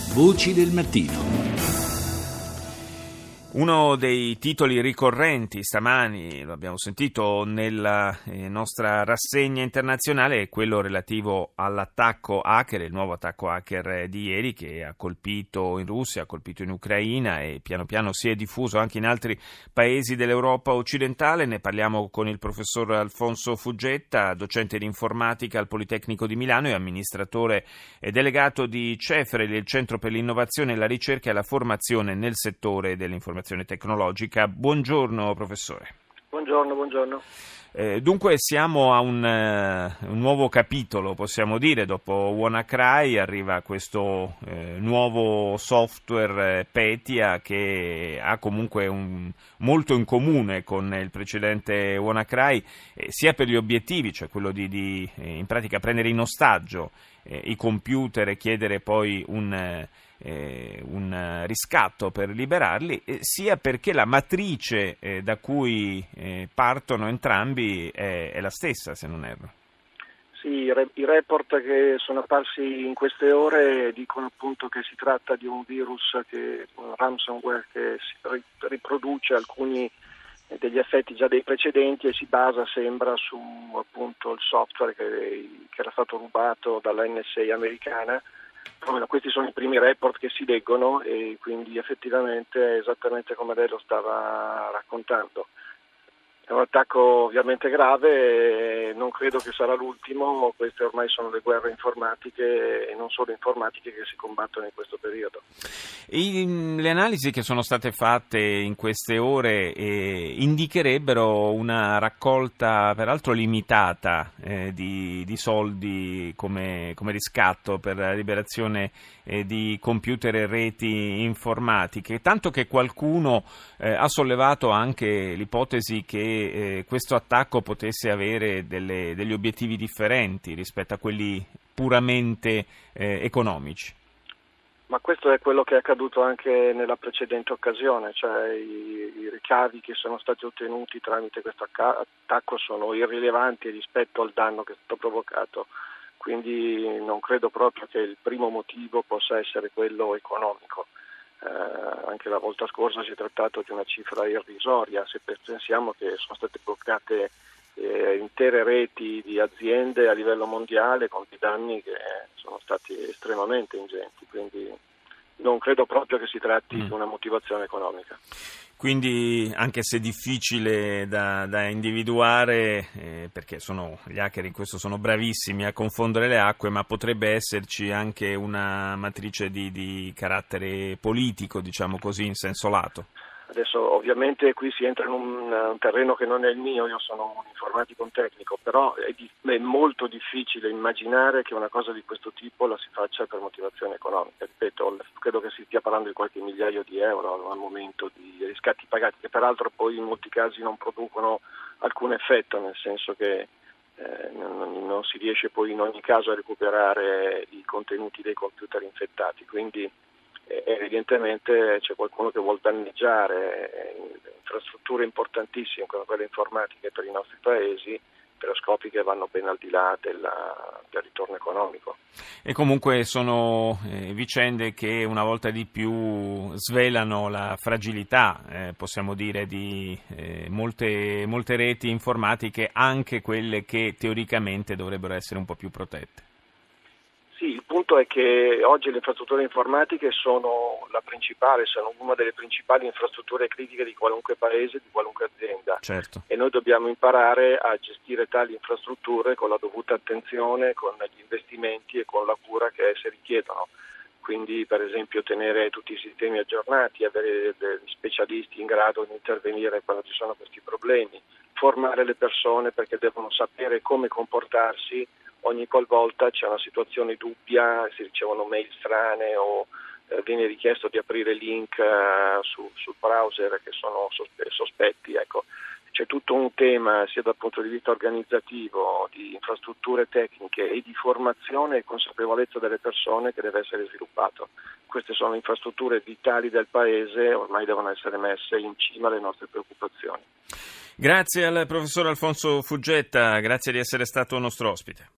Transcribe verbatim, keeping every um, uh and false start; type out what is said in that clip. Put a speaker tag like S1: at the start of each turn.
S1: Voci del mattino.
S2: Uno dei titoli ricorrenti stamani, lo abbiamo sentito nella eh, nostra rassegna internazionale, è quello relativo all'attacco hacker, il nuovo attacco hacker di ieri che ha colpito in Russia, ha colpito in Ucraina e piano piano si è diffuso anche in altri paesi dell'Europa occidentale. Ne parliamo con il professor Alfonso Fuggetta, docente di informatica al Politecnico di Milano e amministratore e delegato di CEFREL, il Centro per l'innovazione, la ricerca e la formazione nel settore dell'informazione tecnologica. Buongiorno professore.
S3: Buongiorno, buongiorno.
S2: Eh, dunque siamo a un, uh, un nuovo capitolo, possiamo dire, dopo WannaCry arriva questo eh, nuovo software eh, Petya che ha comunque un, molto in comune con il precedente WannaCry, eh, sia per gli obiettivi, cioè quello di, di eh, in pratica prendere in ostaggio eh, i computer e chiedere poi un... Eh, Eh, un riscatto per liberarli, eh, sia perché la matrice eh, da cui eh, partono entrambi è, è la stessa, se non erro.
S3: Sì, i, re- i report che sono apparsi in queste ore dicono appunto che si tratta di un virus, che, un ransomware che si ri- riproduce alcuni degli effetti già dei precedenti e si basa, sembra, su appunto il software che, che era stato rubato dalla N S A americana. Questi sono i primi report che si leggono e quindi effettivamente è esattamente come lei lo stava raccontando. È un attacco ovviamente grave e non credo che sarà l'ultimo. Queste ormai sono le guerre informatiche e non solo informatiche che si combattono in questo periodo.
S2: I, le analisi che sono state fatte in queste ore eh, indicherebbero una raccolta peraltro limitata eh, di, di soldi come, come riscatto per la liberazione eh, di computer e reti informatiche, tanto che qualcuno eh, ha sollevato anche l'ipotesi che eh, questo attacco potesse avere delle, degli obiettivi differenti rispetto a quelli puramente eh, economici.
S3: Ma questo è quello che è accaduto anche nella precedente occasione, cioè i, i ricavi che sono stati ottenuti tramite questo attacco sono irrilevanti rispetto al danno che è stato provocato, quindi non credo proprio che il primo motivo possa essere quello economico. Eh, anche la volta scorsa si è trattato di una cifra irrisoria, se pensiamo che sono state bloccate eh, intere reti di aziende a livello mondiale con dei danni che sono stati estremamente ingenti, quindi non credo proprio che si tratti mm. di una motivazione economica.
S2: Quindi, anche se difficile da, da individuare, eh, perché sono, gli hacker in questo sono bravissimi a confondere le acque, ma potrebbe esserci anche una matrice di, di carattere politico, diciamo così, in senso lato.
S3: Adesso ovviamente qui si entra in un, un terreno che non è il mio, io sono un informatico, un tecnico, però è, di, è molto difficile immaginare che una cosa di questo tipo la si faccia per motivazione economica. Ripeto, credo che si stia parlando di qualche migliaio di euro al momento di riscatti pagati, che peraltro poi in molti casi non producono alcun effetto, nel senso che eh, non, non si riesce poi in ogni caso a recuperare i contenuti dei computer infettati, quindi evidentemente c'è qualcuno che vuol danneggiare infrastrutture importantissime come quelle informatiche per i nostri paesi per scopi che vanno ben al di là della, del ritorno economico.
S2: E comunque sono eh, vicende che una volta di più svelano la fragilità, eh, possiamo dire, di eh, molte, molte reti informatiche, anche quelle che teoricamente dovrebbero essere un po' più protette.
S3: Sì, il punto è che oggi le infrastrutture informatiche sono la principale, sono una delle principali infrastrutture critiche di qualunque paese, di qualunque azienda.
S2: Certo.
S3: E noi dobbiamo imparare a gestire tali infrastrutture con la dovuta attenzione, con gli investimenti e con la cura che esse richiedono. Quindi, per esempio, tenere tutti i sistemi aggiornati, avere degli specialisti in grado di intervenire quando ci sono questi problemi, formare le persone perché devono sapere come comportarsi ogni qualvolta c'è una situazione dubbia, si ricevono mail strane o eh, viene richiesto di aprire link eh, su, sul browser che sono sospe- sospetti. Ecco. C'è tutto un tema sia dal punto di vista organizzativo, di infrastrutture tecniche e di formazione e consapevolezza delle persone che deve essere sviluppato. Queste sono infrastrutture vitali del Paese, ormai devono essere messe in cima alle nostre preoccupazioni.
S2: Grazie al professor Alfonso Fuggetta, grazie di essere stato nostro ospite.